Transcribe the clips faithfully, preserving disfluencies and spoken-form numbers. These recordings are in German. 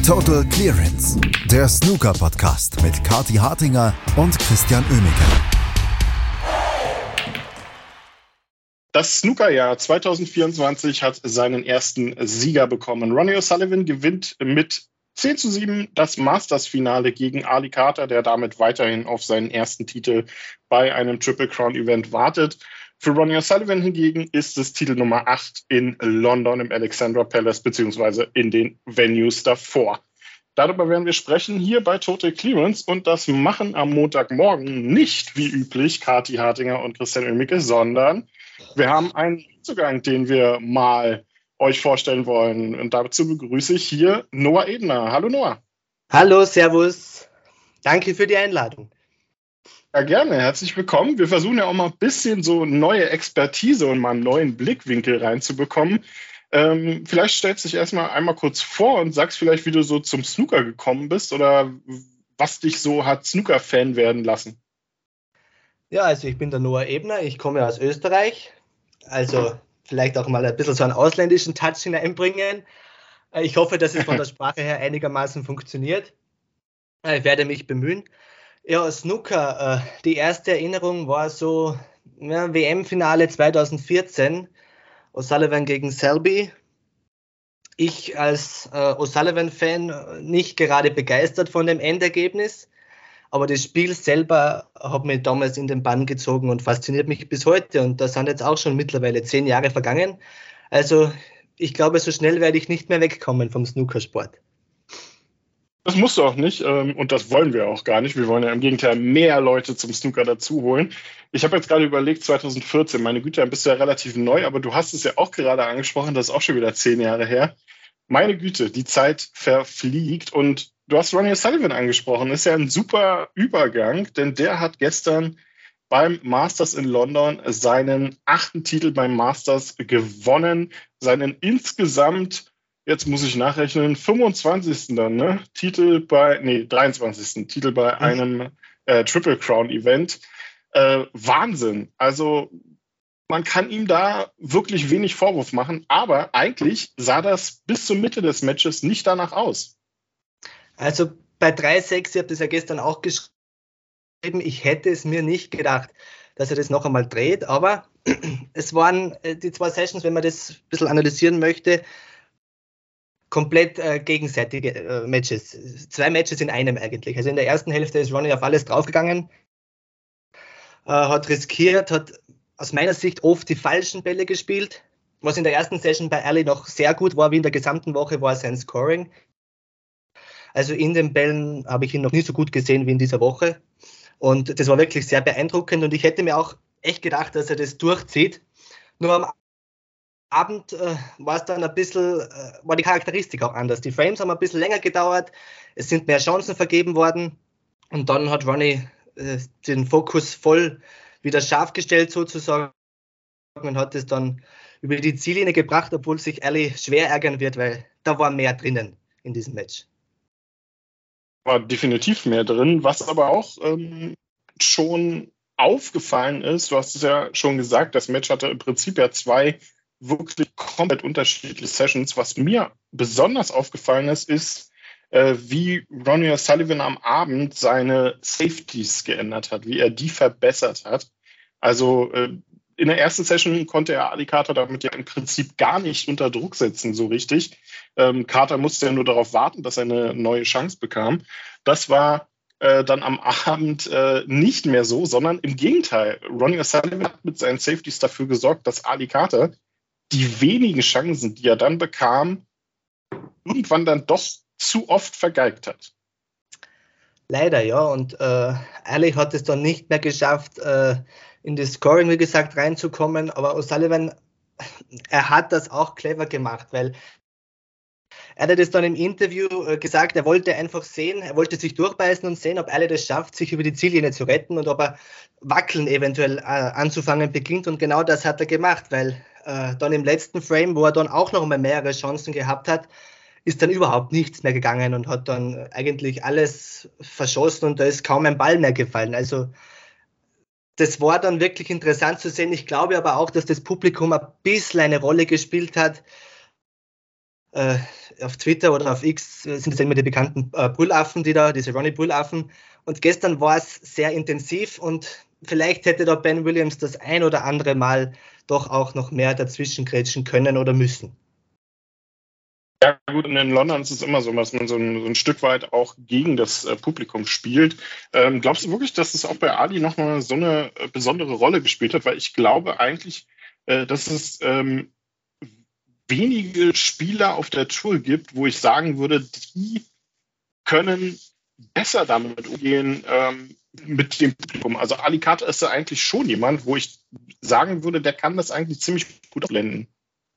Total Clearance, der Snooker-Podcast mit Kathi Hartinger und Christian Oemeke. Das Snookerjahr zwanzig vierundzwanzig hat seinen ersten Sieger bekommen. Ronnie O'Sullivan gewinnt mit zehn zu sieben das Masters-Finale gegen Ali Carter, der damit weiterhin auf seinen ersten Titel bei einem Triple Crown-Event wartet. Für Ronnie O'Sullivan hingegen ist es Titel Nummer acht in London im Alexandra Palace beziehungsweise in den Venues davor. Darüber werden wir sprechen hier bei Total Clearance und das machen am Montagmorgen nicht wie üblich Kathi Hartinger und Christian Oemeke, sondern wir haben einen Zugang, den wir mal euch vorstellen wollen. Und dazu begrüße ich hier Noah Ebner. Hallo Noah. Hallo, servus. Danke für die Einladung. Ja, gerne. Herzlich willkommen. Wir versuchen ja auch mal ein bisschen so neue Expertise und mal einen neuen Blickwinkel reinzubekommen. Ähm, vielleicht stellst du dich erstmal einmal kurz vor und sagst vielleicht, wie du so zum Snooker gekommen bist oder was dich so hat Snooker-Fan werden lassen. Ja, also ich bin der Noah Ebner. Ich komme aus Österreich. Also vielleicht auch mal ein bisschen so einen ausländischen Touch hineinbringen. Ich hoffe, dass es von der Sprache her einigermaßen funktioniert. Ich werde mich bemühen. Ja, Snooker, äh, die erste Erinnerung war so ja, W M-Finale zwanzig vierzehn, O'Sullivan gegen Selby. Ich als äh, O'Sullivan-Fan nicht gerade begeistert von dem Endergebnis, aber das Spiel selber hat mich damals in den Bann gezogen und fasziniert mich bis heute. Und da sind jetzt auch schon mittlerweile zehn Jahre vergangen. Also ich glaube, so schnell werde ich nicht mehr wegkommen vom Snookersport. Das musst du auch nicht und das wollen wir auch gar nicht. Wir wollen ja im Gegenteil mehr Leute zum Snooker dazu holen. Ich habe jetzt gerade überlegt, zwanzig vierzehn, meine Güte, dann bist du ja relativ neu, aber du hast es ja auch gerade angesprochen, das ist auch schon wieder zehn Jahre her. Meine Güte, die Zeit verfliegt und du hast Ronnie O'Sullivan angesprochen, ist ja ein super Übergang, denn der hat gestern beim Masters in London seinen achten Titel beim Masters gewonnen, seinen insgesamt Jetzt muss ich nachrechnen, fünfundzwanzigsten dann, ne? Titel bei, nee, dreiundzwanzigsten Titel bei einem äh, Triple Crown Event. Äh, Wahnsinn. Also man kann ihm da wirklich wenig Vorwurf machen, aber eigentlich sah das bis zur Mitte des Matches nicht danach aus. Also bei drei sechs, ich habe das ja gestern auch geschrieben, ich hätte es mir nicht gedacht, dass er das noch einmal dreht, aber es waren äh, die zwei Sessions, wenn man das ein bisschen analysieren möchte, komplett äh, gegenseitige äh, Matches. Zwei Matches in einem eigentlich. Also in der ersten Hälfte ist Ronnie auf alles draufgegangen, äh, hat riskiert, hat aus meiner Sicht oft die falschen Bälle gespielt. Was in der ersten Session bei Ali noch sehr gut war, wie in der gesamten Woche, war sein Scoring. Also in den Bällen habe ich ihn noch nie so gut gesehen wie in dieser Woche. Und das war wirklich sehr beeindruckend. Und ich hätte mir auch echt gedacht, dass er das durchzieht. Nur am Abend äh, war es dann ein bisschen, äh, war die Charakteristik auch anders. Die Frames haben ein bisschen länger gedauert, es sind mehr Chancen vergeben worden und dann hat Ronnie äh, den Fokus voll wieder scharf gestellt sozusagen und hat es dann über die Ziellinie gebracht, obwohl sich Ali schwer ärgern wird, weil da war mehr drinnen in diesem Match. War definitiv mehr drin, was aber auch ähm, schon aufgefallen ist, du hast es ja schon gesagt, das Match hatte im Prinzip ja zwei wirklich komplett unterschiedliche Sessions. Was mir besonders aufgefallen ist, ist, äh, wie Ronnie O'Sullivan am Abend seine Safeties geändert hat, wie er die verbessert hat. Also äh, in der ersten Session konnte er Ali Carter damit ja im Prinzip gar nicht unter Druck setzen, so richtig. Ähm, Carter musste ja nur darauf warten, dass er eine neue Chance bekam. Das war äh, dann am Abend äh, nicht mehr so, sondern im Gegenteil. Ronnie O'Sullivan hat mit seinen Safeties dafür gesorgt, dass Ali Carter die wenigen Chancen, die er dann bekam, irgendwann dann doch zu oft vergeigt hat. Leider, ja. Und äh, Ali hat es dann nicht mehr geschafft, äh, in das Scoring, wie gesagt, reinzukommen. Aber O'Sullivan, er hat das auch clever gemacht, weil er hat es dann im Interview äh, gesagt, er wollte einfach sehen, er wollte sich durchbeißen und sehen, ob Ali das schafft, sich über die Ziellinie zu retten und ob er wackeln eventuell äh, anzufangen beginnt. Und genau das hat er gemacht, weil äh, dann im letzten Frame, wo er dann auch noch mal mehrere Chancen gehabt hat, ist dann überhaupt nichts mehr gegangen und hat dann eigentlich alles verschossen und da ist kaum ein Ball mehr gefallen. Also das war dann wirklich interessant zu sehen. Ich glaube aber auch, dass das Publikum ein bisschen eine Rolle gespielt hat. äh, auf Twitter oder auf X sind es immer die bekannten äh, Brüllaffen, die da, diese Ronnie Brüllaffen. Und gestern war es sehr intensiv und vielleicht hätte da Ben Williams das ein oder andere Mal doch auch noch mehr dazwischen grätschen können oder müssen. Ja gut, und in London ist es immer so, dass man so ein, so ein Stück weit auch gegen das äh, Publikum spielt. Ähm, glaubst du wirklich, dass es auch bei Ali nochmal so eine äh, besondere Rolle gespielt hat? Weil ich glaube eigentlich, äh, dass es ähm, wenige Spieler auf der Tour gibt, wo ich sagen würde, die können besser damit umgehen, ähm, mit dem Publikum. Also Ali Carter ist ja eigentlich schon jemand, wo ich sagen würde, der kann das eigentlich ziemlich gut blenden.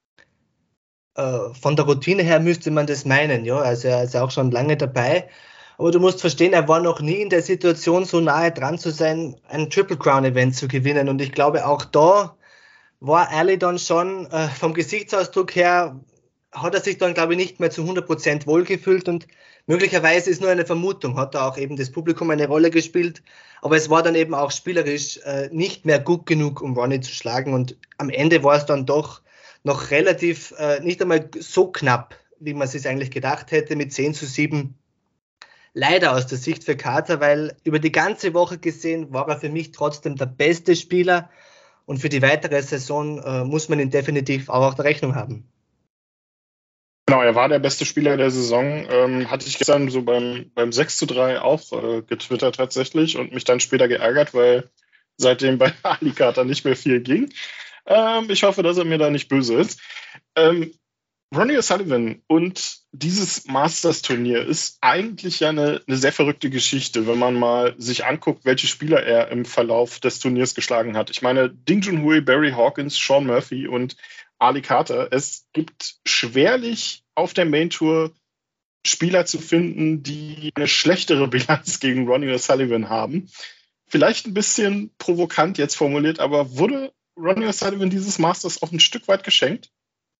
Von der Routine her müsste man das meinen, ja, also er ist auch schon lange dabei, aber du musst verstehen, er war noch nie in der Situation, so nahe dran zu sein, ein Triple Crown Event zu gewinnen, und ich glaube, auch da war Ali dann schon äh, vom Gesichtsausdruck her, hat er sich dann, glaube ich, nicht mehr zu hundert Prozent wohlgefühlt, und möglicherweise ist nur eine Vermutung, hat da auch eben das Publikum eine Rolle gespielt, aber es war dann eben auch spielerisch äh, nicht mehr gut genug, um Ronnie zu schlagen, und am Ende war es dann doch noch relativ, äh, nicht einmal so knapp, wie man es sich eigentlich gedacht hätte, mit zehn zu sieben. Leider aus der Sicht für Carter, weil über die ganze Woche gesehen war er für mich trotzdem der beste Spieler, und für die weitere Saison äh, muss man ihn definitiv auch auf der Rechnung haben. Genau, er war der beste Spieler der Saison. Ähm, hatte ich gestern so beim, beim sechs zu drei auch äh, getwittert tatsächlich und mich dann später geärgert, weil seitdem bei Ali Carter nicht mehr viel ging. Ähm, ich hoffe, dass er mir da nicht böse ist. Ähm, Ronnie O'Sullivan und dieses Masters-Turnier ist eigentlich ja eine, eine sehr verrückte Geschichte, wenn man mal sich anguckt, welche Spieler er im Verlauf des Turniers geschlagen hat. Ich meine, Ding Junhui, Barry Hawkins, Sean Murphy und Ali Carter. Es gibt schwerlich auf der Main Tour Spieler zu finden, die eine schlechtere Bilanz gegen Ronnie O'Sullivan haben. Vielleicht ein bisschen provokant jetzt formuliert, aber wurde Ronnie O'Sullivan dieses Masters auch ein Stück weit geschenkt?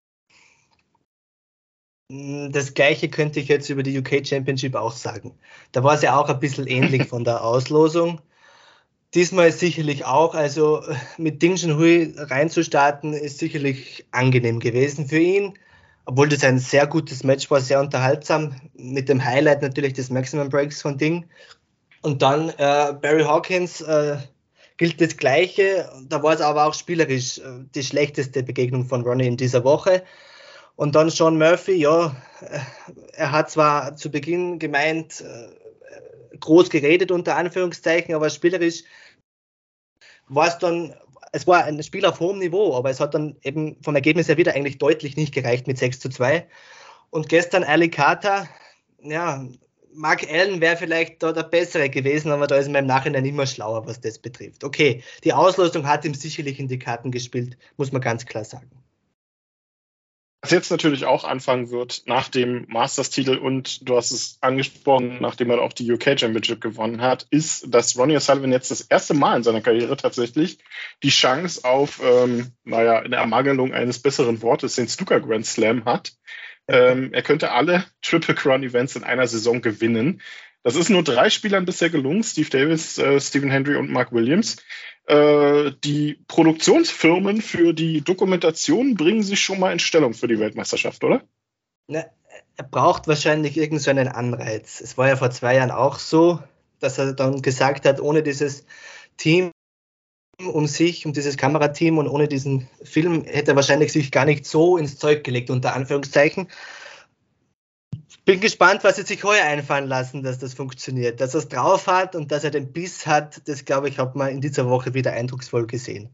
Das Gleiche könnte ich jetzt über die U K Championship auch sagen. Da war es ja auch ein bisschen ähnlich von der Auslosung. Diesmal ist sicherlich auch, also mit Ding Junhui reinzustarten, ist sicherlich angenehm gewesen für ihn, obwohl das ein sehr gutes Match war, sehr unterhaltsam, mit dem Highlight natürlich des Maximum Breaks von Ding. Und dann äh, Barry Hawkins, äh, gilt das Gleiche, da war es aber auch spielerisch äh, die schlechteste Begegnung von Ronnie in dieser Woche. Und dann Sean Murphy, ja, äh, er hat zwar zu Beginn gemeint, äh, groß geredet unter Anführungszeichen, aber spielerisch war es dann, es war ein Spiel auf hohem Niveau, aber es hat dann eben vom Ergebnis her wieder eigentlich deutlich nicht gereicht mit sechs zu zwei. Und gestern Ali Carter, ja, Mark Allen wäre vielleicht da der Bessere gewesen, aber da ist man im Nachhinein immer schlauer, was das betrifft. Okay, die Auslosung hat ihm sicherlich in die Karten gespielt, muss man ganz klar sagen. Was jetzt natürlich auch anfangen wird nach dem Masters-Titel und du hast es angesprochen, nachdem er auch die U K Championship gewonnen hat, ist, dass Ronnie O'Sullivan jetzt das erste Mal in seiner Karriere tatsächlich die Chance auf, ähm, naja, in Ermangelung eines besseren Wortes, den Snooker Grand Slam hat. Ähm, er könnte alle Triple Crown Events in einer Saison gewinnen. Das ist nur drei Spielern bisher gelungen, Steve Davis, äh, Stephen Hendry und Mark Williams. Äh, die Produktionsfirmen für die Dokumentation bringen sich schon mal in Stellung für die Weltmeisterschaft, oder? Na, er braucht wahrscheinlich irgend so einen Anreiz. Es war ja vor zwei Jahren auch so, dass er dann gesagt hat, ohne dieses Team um sich, um dieses Kamerateam und ohne diesen Film hätte er wahrscheinlich sich gar nicht so ins Zeug gelegt, unter Anführungszeichen. Bin gespannt, was sie sich heuer einfallen lassen, dass das funktioniert. Dass er es drauf hat und dass er den Biss hat, das, glaube ich, hat man in dieser Woche wieder eindrucksvoll gesehen.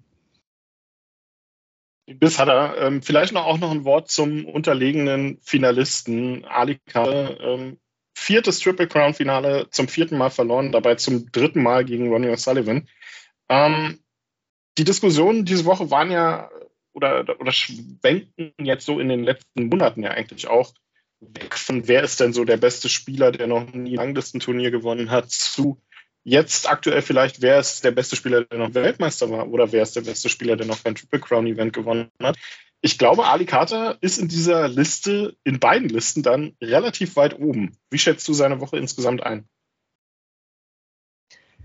Den Biss hat er. Ähm, vielleicht noch auch noch ein Wort zum unterlegenen Finalisten Ali Carter. Ähm, viertes Triple Crown Finale, zum vierten Mal verloren, dabei zum dritten Mal gegen Ronnie O'Sullivan. Ähm, die Diskussionen diese Woche waren ja oder, oder schwenken jetzt so in den letzten Monaten ja eigentlich auch weg von wer ist denn so der beste Spieler, der noch nie ein Ranglistenturnier gewonnen hat, zu jetzt aktuell vielleicht, wer ist der beste Spieler, der noch Weltmeister war oder wer ist der beste Spieler, der noch kein Triple Crown Event gewonnen hat. Ich glaube, Ali Carter ist in dieser Liste, in beiden Listen dann relativ weit oben. Wie schätzt du seine Woche insgesamt ein?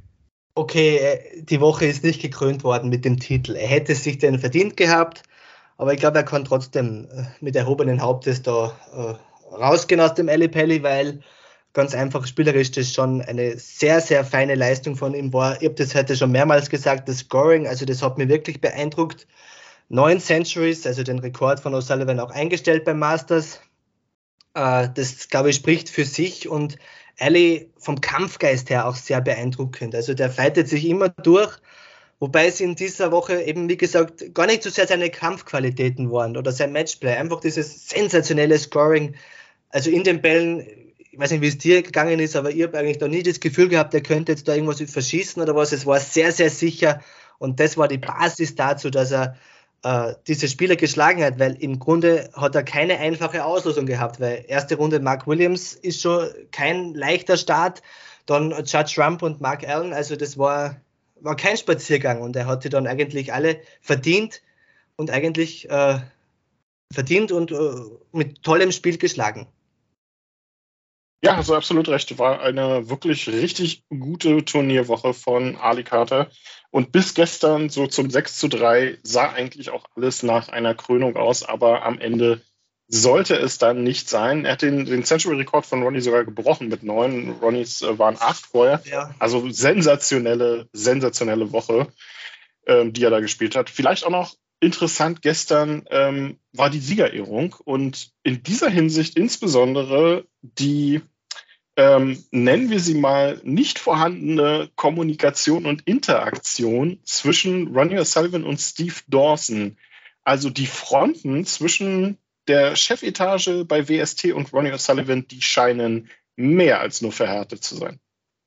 Okay, die Woche ist nicht gekrönt worden mit dem Titel. Er hätte sich den verdient gehabt, Aber ich glaube, er kann trotzdem mit erhobenen Hauptes da äh, rausgehen aus dem Ellipelli, weil ganz einfach spielerisch das schon eine sehr, sehr feine Leistung von ihm war. Ich habe das heute schon mehrmals gesagt, das Scoring, also das hat mich wirklich beeindruckt. Neun Centuries, also den Rekord von O'Sullivan auch eingestellt beim Masters. Äh, das, glaube ich, spricht für sich und Ali vom Kampfgeist her auch sehr beeindruckend. Also der fightet sich immer durch, wobei es in dieser Woche eben, wie gesagt, gar nicht so sehr seine Kampfqualitäten waren oder sein Matchplay, einfach dieses sensationelle Scoring. Also in den Bällen, ich weiß nicht, wie es dir gegangen ist, aber ich habe eigentlich noch nie das Gefühl gehabt, er könnte jetzt da irgendwas verschießen oder was. Es war sehr, sehr sicher und das war die Basis dazu, dass er äh, diese Spieler geschlagen hat, weil im Grunde hat er keine einfache Auslosung gehabt, weil erste Runde Mark Williams ist schon kein leichter Start, dann Judge Trump und Mark Allen, also das war, war kein Spaziergang und er hat sie dann eigentlich alle verdient und eigentlich äh, verdient und äh, mit tollem Spiel geschlagen. Ja, hast du absolut recht. War eine wirklich richtig gute Turnierwoche von Ali Carter. Und bis gestern so zum sechs zu drei sah eigentlich auch alles nach einer Krönung aus, aber am Ende sollte es dann nicht sein. Er hat den, den Century-Rekord von Ronnie sogar gebrochen mit neun. Ronnies äh, waren acht vorher. Ja. Also sensationelle, sensationelle Woche, ähm, die er da gespielt hat. Vielleicht auch noch interessant, gestern ähm, war die Siegerehrung und in dieser Hinsicht insbesondere die, ähm, nennen wir sie mal, nicht vorhandene Kommunikation und Interaktion zwischen Ronnie O'Sullivan und Steve Dawson. Also die Fronten zwischen der Chefetage bei W S T und Ronnie O'Sullivan, die scheinen mehr als nur verhärtet zu sein.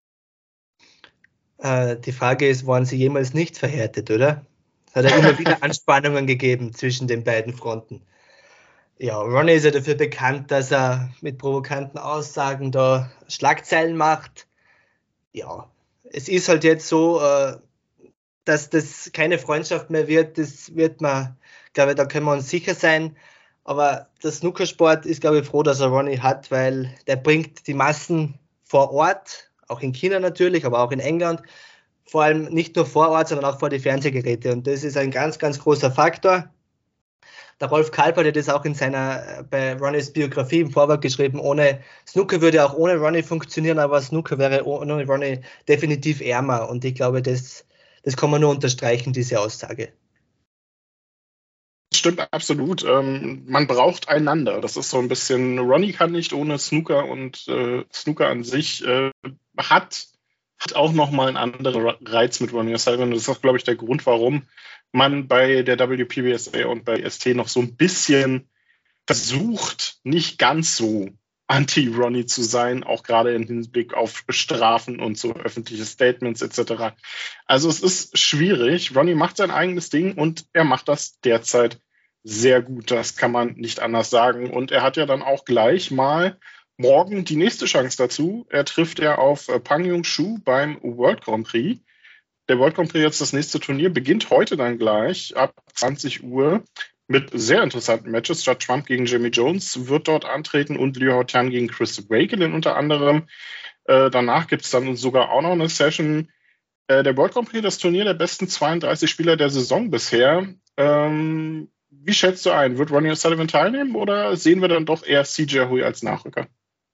Äh, die Frage ist, waren sie jemals nicht verhärtet, oder? Es hat ja immer wieder Anspannungen gegeben zwischen den beiden Fronten. Ja, Ronnie ist ja dafür bekannt, dass er mit provokanten Aussagen da Schlagzeilen macht. Ja, es ist halt jetzt so, dass das keine Freundschaft mehr wird. Das wird man, glaube ich, da können wir uns sicher sein. Aber der Snookersport ist, glaube ich, froh, dass er Ronnie hat, weil der bringt die Massen vor Ort, auch in China natürlich, aber auch in England, vor allem nicht nur vor Ort, sondern auch vor die Fernsehgeräte. Und das ist ein ganz, ganz großer Faktor. Der Rolf Kalb hat das auch in seiner, bei Ronnies Biografie im Vorwort geschrieben, ohne Snooker würde auch ohne Ronnie funktionieren, aber Snooker wäre ohne Ronnie definitiv ärmer. Und ich glaube, das, das kann man nur unterstreichen, diese Aussage. Stimmt absolut. Ähm, man braucht einander. Das ist so ein bisschen, Ronnie kann nicht ohne Snooker und äh, Snooker an sich äh, hat hat auch nochmal einen anderen Reiz mit Ronnie O'Sullivan. Das ist auch, glaube ich, der Grund, warum man bei der W P B S A und bei S T noch so ein bisschen versucht, nicht ganz so anti-Ronnie zu sein, auch gerade im Hinblick auf Strafen und so öffentliche Statements et cetera. Also es ist schwierig. Ronnie macht sein eigenes Ding und er macht das derzeit sehr gut. Das kann man nicht anders sagen. Und er hat ja dann auch gleich mal morgen die nächste Chance dazu. Er trifft ja auf Pang Jung-Shu beim World Grand Prix. Der World Grand Prix, jetzt das nächste Turnier, beginnt heute dann gleich ab zwanzig Uhr mit sehr interessanten Matches. Judd Trump gegen Jamie Jones wird dort antreten und Liu Haotian gegen Chris Wakelin unter anderem. Äh, danach gibt es dann sogar auch noch eine Session. Äh, der World Grand Prix, das Turnier der besten zweiunddreißig Spieler der Saison bisher. Ähm, wie schätzt du ein? Wird Ronnie O'Sullivan teilnehmen oder sehen wir dann doch eher C J Hui als Nachrücker?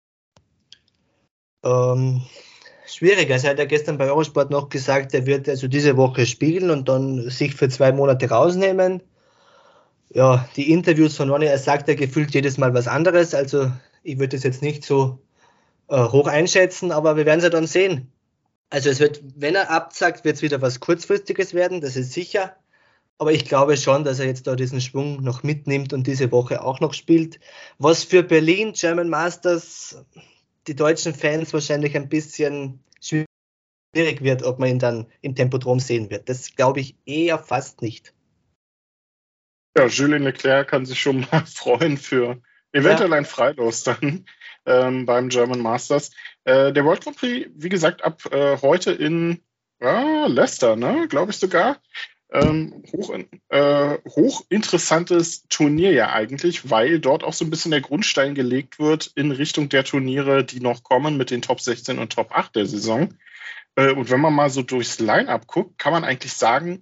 Ähm, schwierig. Also hat er gestern bei Eurosport noch gesagt, er wird also diese Woche spielen und dann sich für zwei Monate rausnehmen. Ja, die Interviews von Ronnie, er sagt ja gefühlt jedes Mal was anderes. Also ich würde das jetzt nicht so äh, hoch einschätzen, aber wir werden es ja dann sehen. Also es wird, wenn er absagt, wird es wieder was Kurzfristiges werden, das ist sicher. Aber ich glaube schon, dass er jetzt da diesen Schwung noch mitnimmt und diese Woche auch noch spielt. Was für Berlin, German Masters, die deutschen Fans wahrscheinlich ein bisschen schwierig wird, ob man ihn dann im Tempodrom sehen wird. Das glaube ich eher fast nicht. Ja, Julien Leclerc kann sich schon mal freuen für eventuell ja. ein Freilos dann ähm, beim German Masters. Äh, der World Grand Prix, wie gesagt, ab äh, heute in ja, Leicester, ne, glaube ich sogar. Ähm, hoch, äh, hochinteressantes Turnier ja eigentlich, weil dort auch so ein bisschen der Grundstein gelegt wird in Richtung der Turniere, die noch kommen mit den Top sechzehn und Top acht der Saison. Äh, und wenn man mal so durchs Line-Up guckt, kann man eigentlich sagen,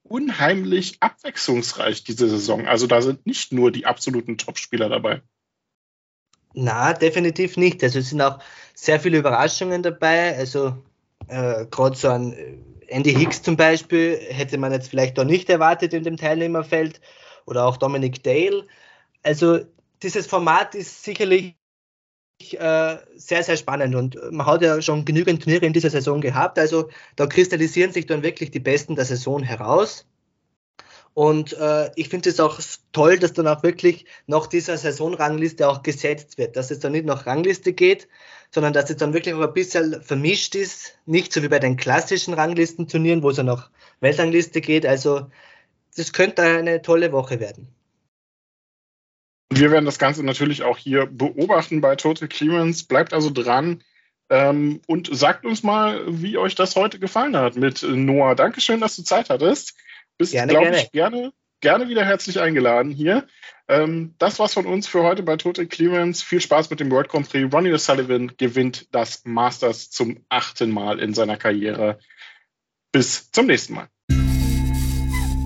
unheimlich abwechslungsreich diese Saison. Also da sind nicht nur die absoluten Topspieler dabei. Na, definitiv nicht. Also es sind auch sehr viele Überraschungen dabei. Also äh, gerade so ein Andy Hicks zum Beispiel hätte man jetzt vielleicht auch nicht erwartet in dem Teilnehmerfeld oder auch Dominic Dale. Also dieses Format ist sicherlich äh, sehr, sehr spannend und man hat ja schon genügend Turniere in dieser Saison gehabt. Also da kristallisieren sich dann wirklich die Besten der Saison heraus. Und äh, ich finde es auch toll, dass dann auch wirklich nach dieser Saisonrangliste auch gesetzt wird, dass es dann nicht nach Rangliste geht, sondern dass es dann wirklich auch ein bisschen vermischt ist, nicht so wie bei den klassischen Ranglistenturnieren, wo es ja nach Weltrangliste geht. Also das könnte eine tolle Woche werden. Wir werden das Ganze natürlich auch hier beobachten bei Total Clearance. Bleibt also dran ähm, und sagt uns mal, wie euch das heute gefallen hat mit Noah. Dankeschön, dass du Zeit hattest. Bist, glaube ich, gerne, gerne wieder herzlich eingeladen hier. Ähm, das war's von uns für heute bei Total Clearance. Viel Spaß mit dem World Grand Prix. Ronnie O'Sullivan gewinnt das Masters zum achten Mal in seiner Karriere. Bis zum nächsten Mal.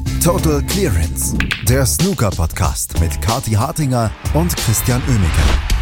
Total Clearance, der Snooker-Podcast mit Kathi Hartinger und Christian Oemeke.